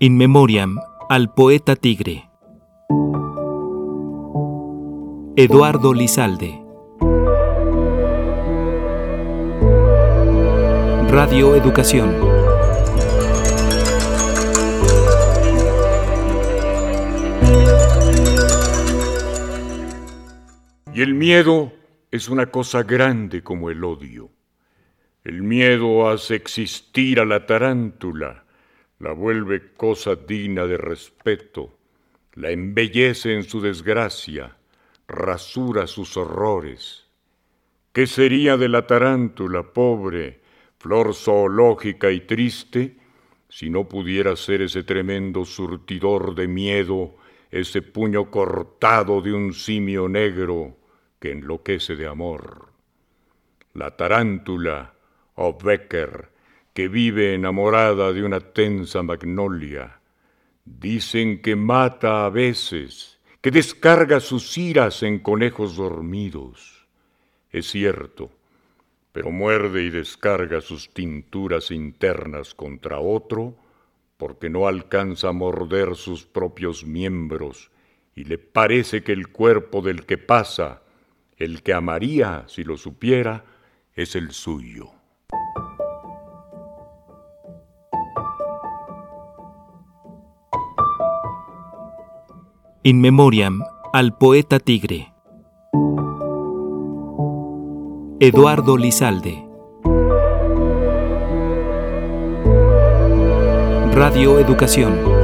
In memoriam al poeta tigre. Eduardo Lizalde. Radio Educación. Y el miedo es una cosa grande como el odio. El miedo hace existir a la tarántula, la vuelve cosa digna de respeto, la embellece en su desgracia, rasura sus horrores. ¿Qué sería de la tarántula, pobre, flor zoológica y triste, si no pudiera ser ese tremendo surtidor de miedo, ese puño cortado de un simio negro que enloquece de amor? La tarántula, oh Becker, que vive enamorada de una tensa magnolia. Dicen que mata a veces, que descarga sus iras en conejos dormidos. Es cierto, pero muerde y descarga sus tinturas internas contra otro porque no alcanza a morder sus propios miembros y le parece que el cuerpo del que pasa, el que amaría si lo supiera, es el suyo. In memoriam al poeta tigre. Eduardo Lizalde. Radio Educación.